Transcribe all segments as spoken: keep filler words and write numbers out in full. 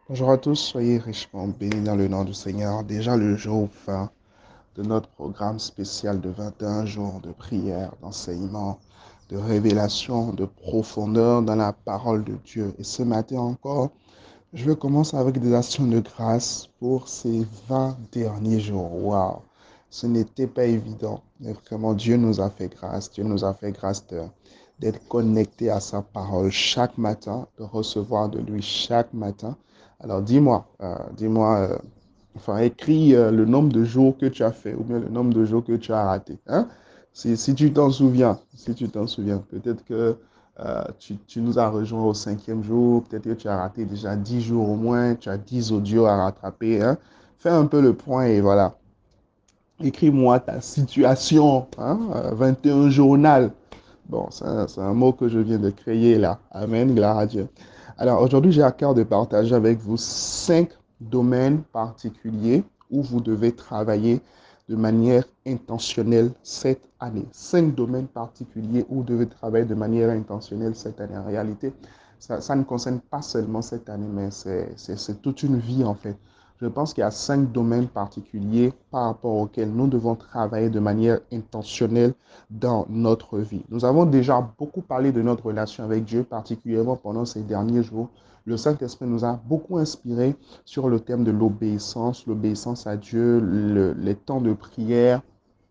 Bonjour à tous, soyez richement bénis dans le nom du Seigneur. Déjà le jour vingt de notre programme spécial de vingt et un jours de prière, d'enseignement, de révélation, de profondeur dans la parole de Dieu. Et ce matin encore, je vais commencer avec des actions de grâce pour ces vingt derniers jours. Waouh! Ce n'était pas évident, mais vraiment Dieu nous a fait grâce. Dieu nous a fait grâce de- d'être connectés à sa parole chaque matin, de recevoir de lui chaque matin. Alors dis-moi, euh, dis-moi, euh, enfin écris euh, le nombre de jours que tu as fait ou bien le nombre de jours que tu as raté. Hein? Si, si tu t'en souviens, si tu t'en souviens, peut-être que euh, tu, tu nous as rejoints au cinquième jour, peut-être que tu as raté déjà dix jours au moins, tu as dix audios à rattraper. Hein? Fais un peu le point et voilà. Écris-moi ta situation, hein? euh, vingt et un journal. Bon, c'est un, c'est un mot que je viens de créer là. Amen, gloire à Dieu. Alors aujourd'hui, j'ai à cœur de partager avec vous cinq domaines particuliers où vous devez travailler de manière intentionnelle cette année. Cinq domaines particuliers où vous devez travailler de manière intentionnelle cette année. En réalité, ça, ça ne concerne pas seulement cette année, mais c'est c'est- c'est toute une vie en fait. Je pense qu'il y a cinq domaines particuliers par rapport auxquels nous devons travailler de manière intentionnelle dans notre vie. Nous avons déjà beaucoup parlé de notre relation avec Dieu, particulièrement pendant ces derniers jours. Le Saint-Esprit nous a beaucoup inspiré sur le thème de l'obéissance, l'obéissance à Dieu, le- les temps de prière,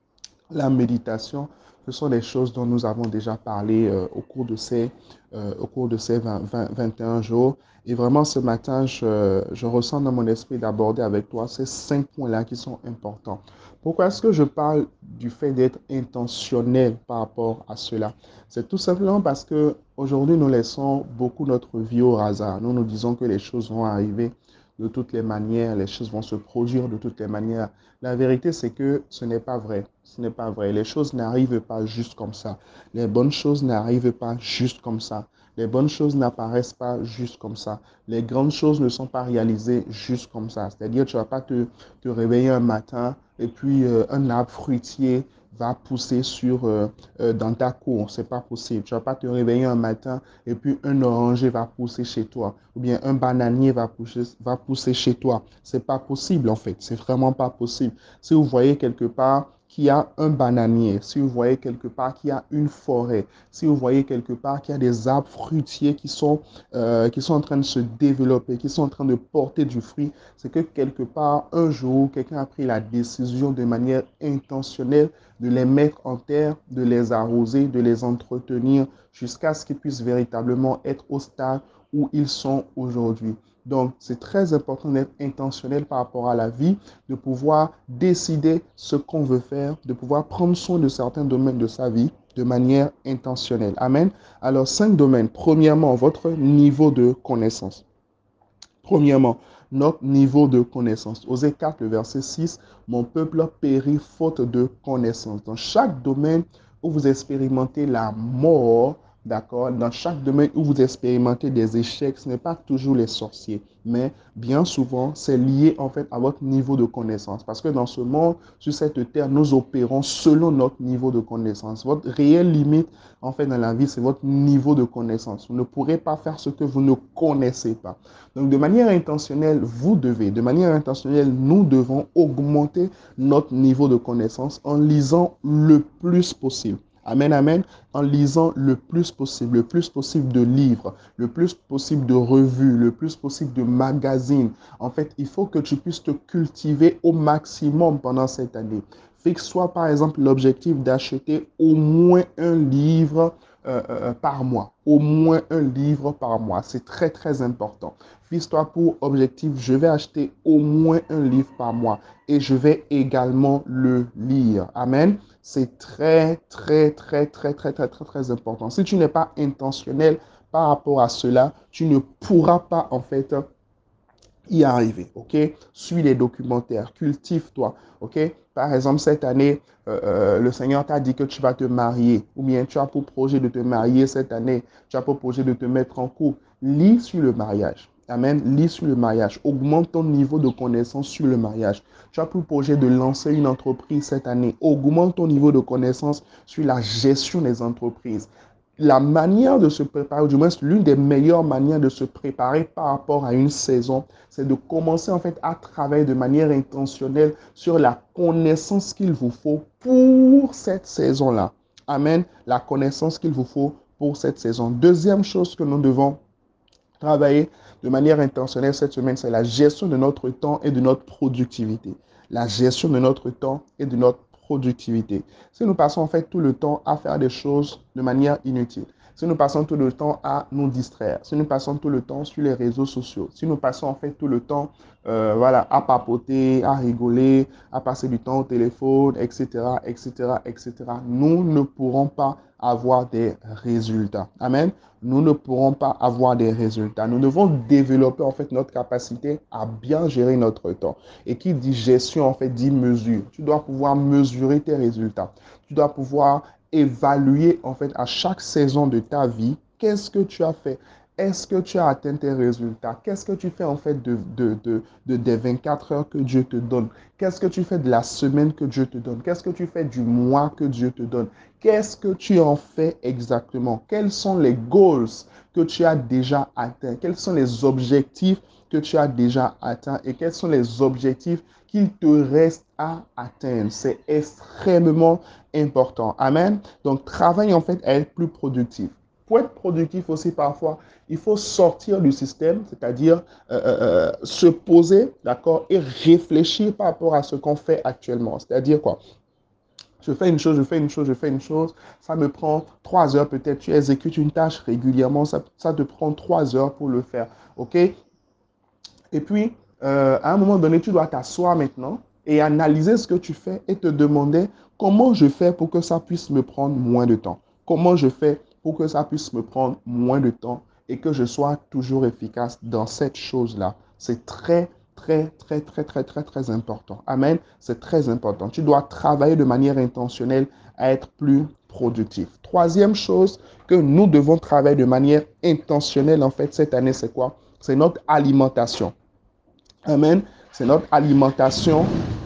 la méditation. Ce sont des choses dont nous avons déjà parlé euh, au cours de ces, euh, au cours de ces vingt, vingt, vingt et un jours. Et vraiment, ce matin, je, je ressens dans mon esprit d'aborder avec toi ces cinq points-là qui sont importants. Pourquoi est-ce que je parle du fait d'être intentionnel par rapport à cela? C'est tout simplement parce que aujourd'hui, nous laissons beaucoup notre vie au hasard. Nous nous disons que les choses vont arriver de toutes les manières, les choses vont se produire de toutes les manières. La vérité, c'est que ce n'est pas vrai. Ce n'est pas vrai. Les choses n'arrivent pas juste comme ça. Les bonnes choses n'arrivent pas juste comme ça. Les bonnes choses n'apparaissent pas juste comme ça. Les grandes choses ne sont pas réalisées juste comme ça. C'est-à-dire, tu ne vas pas te, te réveiller un matin et puis euh, un arbre fruitier va pousser sur, euh, euh, dans ta cour. C'est pas possible. Tu ne vas pas te réveiller un matin et puis un oranger va pousser chez toi. Ou bien un bananier va pousser, va pousser chez toi. C'est pas possible en fait. C'est vraiment pas possible. Si vous voyez quelque part qu'il y a un bananier, si vous voyez quelque part qu'il y a une forêt, si vous voyez quelque part qu'il y a des arbres fruitiers qui sont, euh, qui sont en train de se développer, qui sont en train de porter du fruit, c'est que quelque part, un jour, quelqu'un a pris la décision de manière intentionnelle de les mettre en terre, de les arroser, de les entretenir jusqu'à ce qu'ils puissent véritablement être au stade où ils sont aujourd'hui. Donc, c'est très important d'être intentionnel par rapport à la vie, de pouvoir décider ce qu'on veut faire, de pouvoir prendre soin de certains domaines de sa vie de manière intentionnelle. Amen. Alors, cinq domaines. Premièrement, votre niveau de connaissance. Premièrement, notre niveau de connaissance. Osée quatre, le verset six, mon peuple périt faute de connaissance. Dans chaque domaine où vous expérimentez la mort, d'accord, dans chaque domaine où vous expérimentez des échecs, ce n'est pas toujours les sorciers, mais bien souvent, c'est lié en fait à votre niveau de connaissance. Parce que dans ce monde, sur cette terre, nous opérons selon notre niveau de connaissance. Votre réelle limite, en fait, dans la vie, c'est votre niveau de connaissance. Vous ne pourrez pas faire ce que vous ne connaissez pas. Donc, de manière intentionnelle, vous devez, de manière intentionnelle, nous devons augmenter notre niveau de connaissance en lisant le plus possible. Amen, amen. En lisant le plus possible, le plus possible de livres, le plus possible de revues, le plus possible de magazines. En fait, il faut que tu puisses te cultiver au maximum pendant cette année. Fixe-toi, par exemple, l'objectif d'acheter au moins un livre euh, euh, par mois. Au moins un livre par mois. C'est très, très important. Fixe-toi pour objectif, je vais acheter au moins un livre par mois et je vais également le lire. Amen. C'est très, très, très, très, très, très, très, très important. Si tu n'es pas intentionnel par rapport à cela, tu ne pourras pas, en fait, y arriver, ok? Suis les documentaires, cultive-toi, ok? Par exemple, cette année, euh, euh, le Seigneur t'a dit que tu vas te marier, ou bien tu as pour projet de te marier cette année, tu as pour projet de te mettre en couple. Lis sur le mariage. Amen. Lis sur le mariage. Augmente ton niveau de connaissance sur le mariage. Tu as pour projet de lancer une entreprise cette année. Augmente ton niveau de connaissance sur la gestion des entreprises. la manière de se préparer, ou du moins l'une des meilleures manières de se préparer par rapport à une saison, c'est de commencer en fait à travailler de manière intentionnelle sur la connaissance qu'il vous faut pour cette saison-là. Amen. La connaissance qu'il vous faut pour cette saison. Deuxième chose que nous devons travailler de manière intentionnelle cette semaine, c'est la gestion de notre temps et de notre productivité. La gestion de notre temps et de notre productivité. Si nous passons en fait tout le temps à faire des choses de manière inutile, si nous passons tout le temps à nous distraire, si nous passons tout le temps sur les réseaux sociaux, si nous passons en fait tout le temps euh, voilà, à papoter, à rigoler, à passer du temps au téléphone, et cetera, et cetera, et cetera, nous ne pourrons pas avoir des résultats. Amen. Nous ne pourrons pas avoir des résultats. Nous devons développer en fait notre capacité à bien gérer notre temps. Et qui dit gestion en fait dit mesure. Tu dois pouvoir mesurer tes résultats. Tu dois pouvoir évaluer en fait à chaque saison de ta vie qu'est-ce que tu as fait. Est-ce que tu as atteint tes résultats? Qu'est-ce que tu fais en fait de, de, de, de, des vingt-quatre heures que Dieu te donne? Qu'est-ce que tu fais de la semaine que Dieu te donne? Qu'est-ce que tu fais du mois que Dieu te donne? Qu'est-ce que tu en fais exactement? Quels sont les goals que tu as déjà atteints? Quels sont les objectifs que tu as déjà atteints? Et quels sont les objectifs qu'il te reste à atteindre? C'est extrêmement important. Amen. Donc, travaille en fait à être plus productif. Pour être productif aussi, parfois, il faut sortir du système, c'est-à-dire euh, euh, se poser, d'accord, et réfléchir par rapport à ce qu'on fait actuellement. C'est-à-dire quoi? Je fais une chose, je fais une chose, je fais une chose. Ça me prend trois heures peut-être. Tu exécutes une tâche régulièrement. Ça, ça te prend trois heures pour le faire. OK? Et puis, euh, à un moment donné, tu dois t'asseoir maintenant et analyser ce que tu fais et te demander comment je fais pour que ça puisse me prendre moins de temps. Comment je fais pour que ça puisse me prendre moins de temps et que je sois toujours efficace dans cette chose-là. C'est très, très, très, très, très, très, très important. Amen. C'est très important. Tu dois travailler de manière intentionnelle à être plus productif. Troisième chose que nous devons travailler de manière intentionnelle, en fait, cette année, c'est quoi? C'est notre alimentation. Amen. C'est notre alimentation.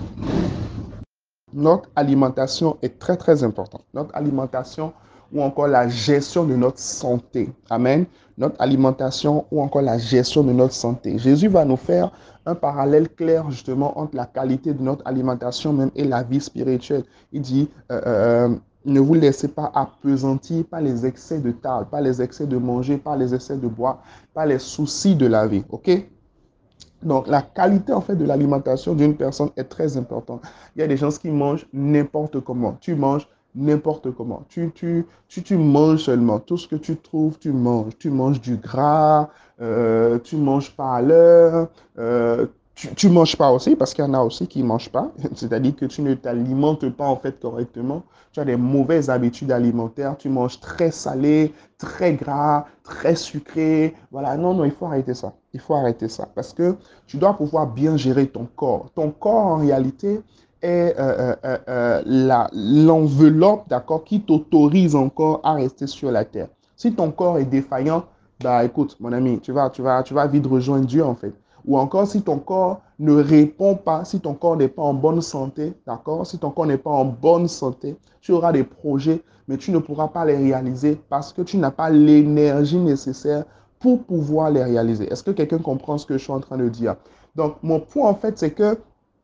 Notre alimentation est très, très importante. Notre alimentation ou encore la gestion de notre santé. Amen. Notre alimentation ou encore la gestion de notre santé. Jésus va nous faire un parallèle clair justement entre la qualité de notre alimentation même et la vie spirituelle. Il dit, euh, euh, ne vous laissez pas appesantir par les excès de table, par les excès de manger, par les excès de boire, par les soucis de la vie. OK? Donc, la qualité en fait de l'alimentation d'une personne est très importante. Il y a des gens qui mangent n'importe comment. Tu manges n'importe comment. Tu, tu, tu, tu manges seulement. Tout ce que tu trouves, tu manges. Tu manges du gras, euh, tu manges pas à l'heure, euh, tu ne manges pas aussi parce qu'il y en a aussi qui ne mangent pas. C'est-à-dire que tu ne t'alimentes pas en fait correctement. Tu as des mauvaises habitudes alimentaires. Tu manges très salé, très gras, très sucré. Voilà, non, non, il faut arrêter ça. Il faut arrêter ça parce que tu dois pouvoir bien gérer ton corps. Ton corps, en réalité, est euh, euh, euh, la, l'enveloppe, d'accord, qui t'autorise encore à rester sur la terre. Si ton corps est défaillant, bah écoute, mon ami, tu vas, tu vas, tu vas vite rejoindre Dieu, en fait. Ou encore, si ton corps ne répond pas, si ton corps n'est pas en bonne santé, d'accord, si ton corps n'est pas en bonne santé, tu auras des projets, mais tu ne pourras pas les réaliser parce que tu n'as pas l'énergie nécessaire pour pouvoir les réaliser. Est-ce que quelqu'un comprend ce que je suis en train de dire? Donc, mon point, en fait, c'est que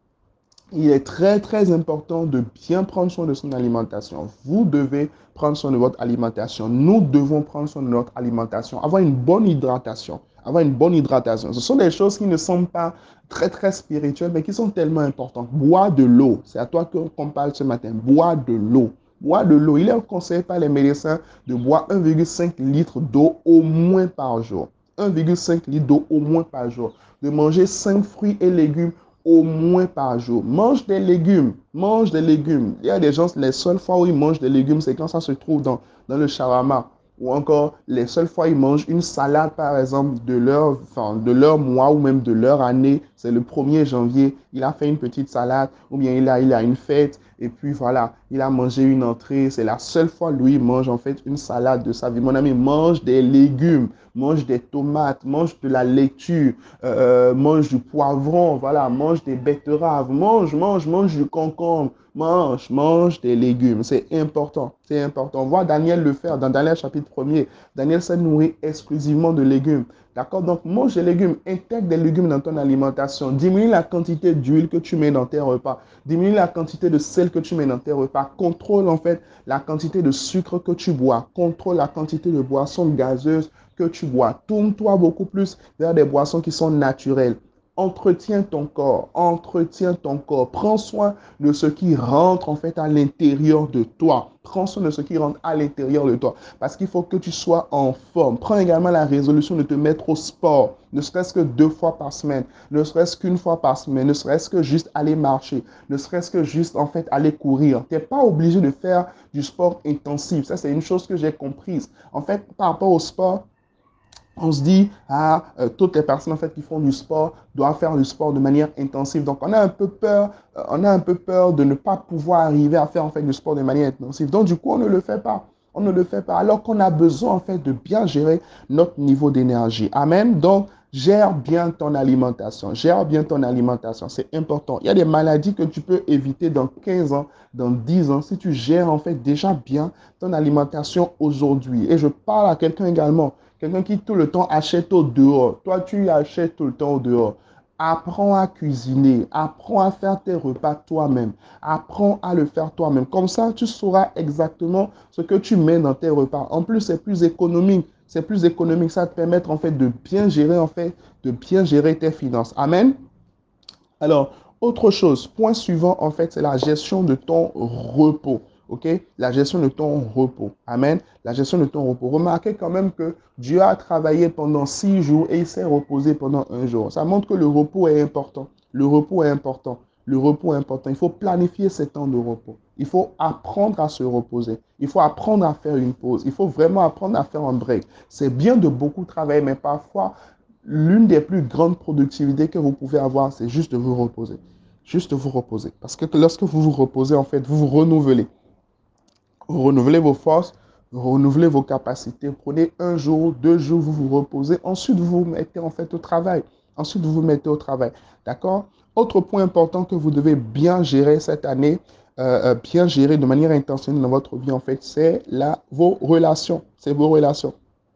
il est très, très important de bien prendre soin de son alimentation. Vous devez prendre soin de votre alimentation. Nous devons prendre soin de notre alimentation. Avoir une bonne hydratation. Avoir une bonne hydratation. Ce sont des choses qui ne sont pas très, très spirituelles, mais qui sont tellement importantes. Bois de l'eau. C'est à toi qu'on parle ce matin. Bois de l'eau. Bois de l'eau. Il est conseillé par les médecins de boire un virgule cinq litres d'eau au moins par jour. un virgule cinq litres d'eau au moins par jour. De manger cinq fruits et légumes au moins par jour. Mange des légumes. Mange des légumes. Il y a des gens, les seules fois où ils mangent des légumes, c'est quand ça se trouve dans, dans le shawarma. Ou encore, les seules fois où ils mangent une salade, par exemple, de leur, enfin, de leur mois ou même de leur année, c'est le premier janvier. Il a fait une petite salade ou bien il a, il a une fête. Et puis voilà, il a mangé une entrée, c'est la seule fois lui il mange en fait une salade de sa vie. Mon ami, mange des légumes, mange des tomates, mange de la laitue, euh, mange du poivron, voilà, mange des betteraves, mange, mange, mange du concombre, mange, mange des légumes. C'est important, c'est important. On voit Daniel le faire dans Daniel chapitre premier. Daniel s'est nourri exclusivement de légumes. D'accord? Donc, mange des légumes, intègre des légumes dans ton alimentation. Diminue la quantité d'huile que tu mets dans tes repas. Diminue la quantité de sel que tu mets dans tes repas. Contrôle en fait la quantité de sucre que tu bois. Contrôle la quantité de boissons gazeuses que tu bois. Tourne-toi beaucoup plus vers des boissons qui sont naturelles. Entretiens ton corps, entretiens ton corps. Prends soin de ce qui rentre en fait à l'intérieur de toi. Prends soin de ce qui rentre à l'intérieur de toi. Parce qu'il faut que tu sois en forme. Prends également la résolution de te mettre au sport, ne serait-ce que deux fois par semaine, ne serait-ce qu'une fois par semaine, ne serait-ce que juste aller marcher, ne serait-ce que juste en fait aller courir. Tu n'es pas obligé de faire du sport intensif. Ça, c'est une chose que j'ai comprise. En fait, par rapport au sport, on se dit, ah, euh, toutes les personnes en fait qui font du sport doivent faire du sport de manière intensive. Donc, on a un peu peur, euh, on a un peu peur de ne pas pouvoir arriver à faire en fait du sport de manière intensive. Donc, du coup, on ne le fait pas. On ne le fait pas. Alors qu'on a besoin en fait de bien gérer notre niveau d'énergie. Amen. Donc, gère bien ton alimentation. Gère bien ton alimentation. C'est important. Il y a des maladies que tu peux éviter dans quinze ans, dans dix ans, si tu gères en fait déjà bien ton alimentation aujourd'hui. Et je parle à quelqu'un également. Quelqu'un qui tout le temps achète au dehors. Toi, tu achètes tout le temps au dehors. Apprends à cuisiner. Apprends à faire tes repas toi-même. Apprends à le faire toi-même. Comme ça, tu sauras exactement ce que tu mets dans tes repas. En plus, c'est plus économique. C'est plus économique. Ça te permet en fait de bien gérer en fait, de bien gérer tes finances. Amen. Alors, autre chose, point suivant, en fait, c'est la gestion de ton repos. OK? La gestion de ton repos. Amen. La gestion de ton repos. Remarquez quand même que Dieu a travaillé pendant six jours et il s'est reposé pendant un jour. Ça montre que le repos est important. Le repos est important. Le repos est important. Il faut planifier ces temps de repos. Il faut apprendre à se reposer. Il faut apprendre à faire une pause. Il faut vraiment apprendre à faire un break. C'est bien de beaucoup travailler, mais parfois, l'une des plus grandes productivités que vous pouvez avoir, c'est juste de vous reposer. Juste de vous reposer. Parce que lorsque vous vous reposez, en fait, vous vous renouvelez. Vous renouvelez vos forces, vous renouvelez vos capacités. Prenez un jour, deux jours, vous vous reposez. Ensuite, vous vous mettez en fait au travail. Ensuite, vous vous mettez au travail. D'accord? Autre point important que vous devez bien gérer cette année, euh, euh, bien gérer de manière intentionnelle dans votre vie, en fait, c'est la, vos relations. C'est vos relations.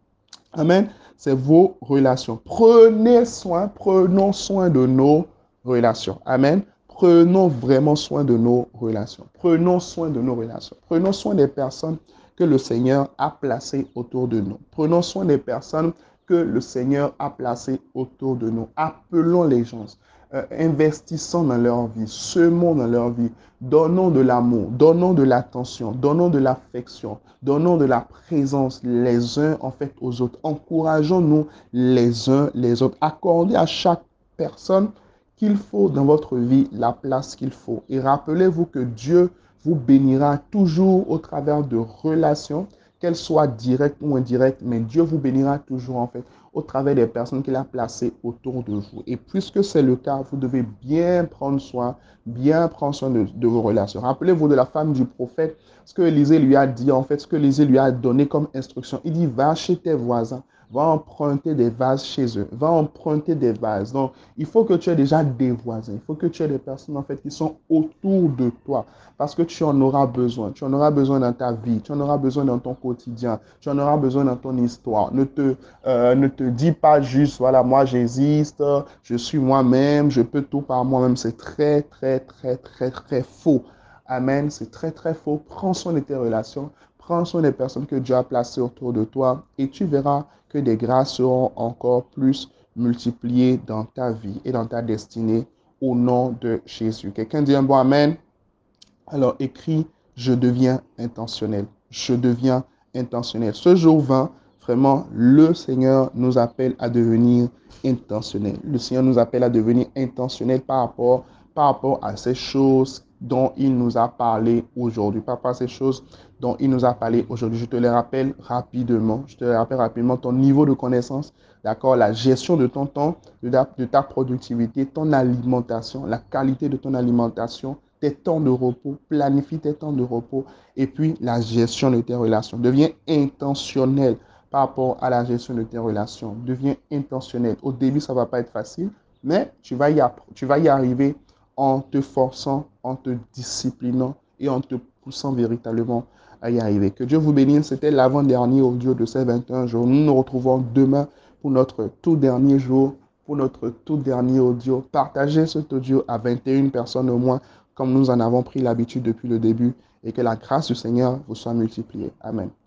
Amen. C'est vos relations. Prenez soin, prenons soin de nos relations. Amen. Prenons vraiment soin de nos relations. Prenons soin de nos relations. Prenons soin des personnes que le Seigneur a placées autour de nous. Prenons soin des personnes que le Seigneur a placées autour de nous. Appelons les gens. Euh, investissons dans leur vie, semons dans leur vie, donnons de l'amour, donnons de l'attention, donnons de l'affection, donnons de la présence les uns en fait aux autres. Encourageons-nous les uns les autres. Accordez à chaque personne qu'il faut dans votre vie la place qu'il faut. Et rappelez-vous que Dieu vous bénira toujours au travers de relations, qu'elles soient directes ou indirectes, mais Dieu vous bénira toujours en fait au travers des personnes qu'il a placées autour de vous. Et puisque c'est le cas, vous devez bien prendre soin, bien prendre soin de, de vos relations. Rappelez-vous de la femme du prophète, ce que Élisée lui a dit, en fait, ce que Élisée lui a donné comme instruction. Il dit, va chez tes voisins, va emprunter des vases chez eux, va emprunter des vases. Donc, il faut que tu aies déjà des voisins, il faut que tu aies des personnes, en fait, qui sont autour de toi, parce que tu en auras besoin. Tu en auras besoin dans ta vie, tu en auras besoin dans ton quotidien, tu en auras besoin dans ton histoire. Ne te, euh, ne te dis pas juste, voilà, moi j'existe, je suis moi-même, je peux tout par moi-même. C'est très, très, très, très, très faux. Amen. C'est très, très faux. Prends soin de tes relations. Prends soin des personnes que Dieu a placées autour de toi et tu verras que des grâces seront encore plus multipliées dans ta vie et dans ta destinée au nom de Jésus. Quelqu'un dit un bon Amen? Alors écris, je deviens intentionnel. Je deviens intentionnel. Ce jour vingt, vraiment, le Seigneur nous appelle à devenir intentionnel. Le Seigneur nous appelle à devenir intentionnel par rapport, par rapport à ces choses dont il nous a parlé aujourd'hui. Par rapport à ces choses dont il nous a parlé aujourd'hui. Je te les rappelle rapidement. Je te les rappelle rapidement ton niveau de connaissance, d'accord, la gestion de ton temps, de ta, de ta productivité, ton alimentation, la qualité de ton alimentation, tes temps de repos, planifie tes temps de repos et puis la gestion de tes relations. Deviens intentionnel par rapport à la gestion de tes relations. Deviens intentionnel. Au début, ça ne va pas être facile, mais tu vas y, tu vas y arriver en te forçant, en te disciplinant et en te poussant véritablement à y arriver. Que Dieu vous bénisse. C'était l'avant-dernier audio de ces vingt et un jours. Nous nous retrouvons demain pour notre tout dernier jour, pour notre tout dernier audio. Partagez cet audio à vingt et une personnes au moins, comme nous en avons pris l'habitude depuis le début, et que la grâce du Seigneur vous soit multipliée. Amen.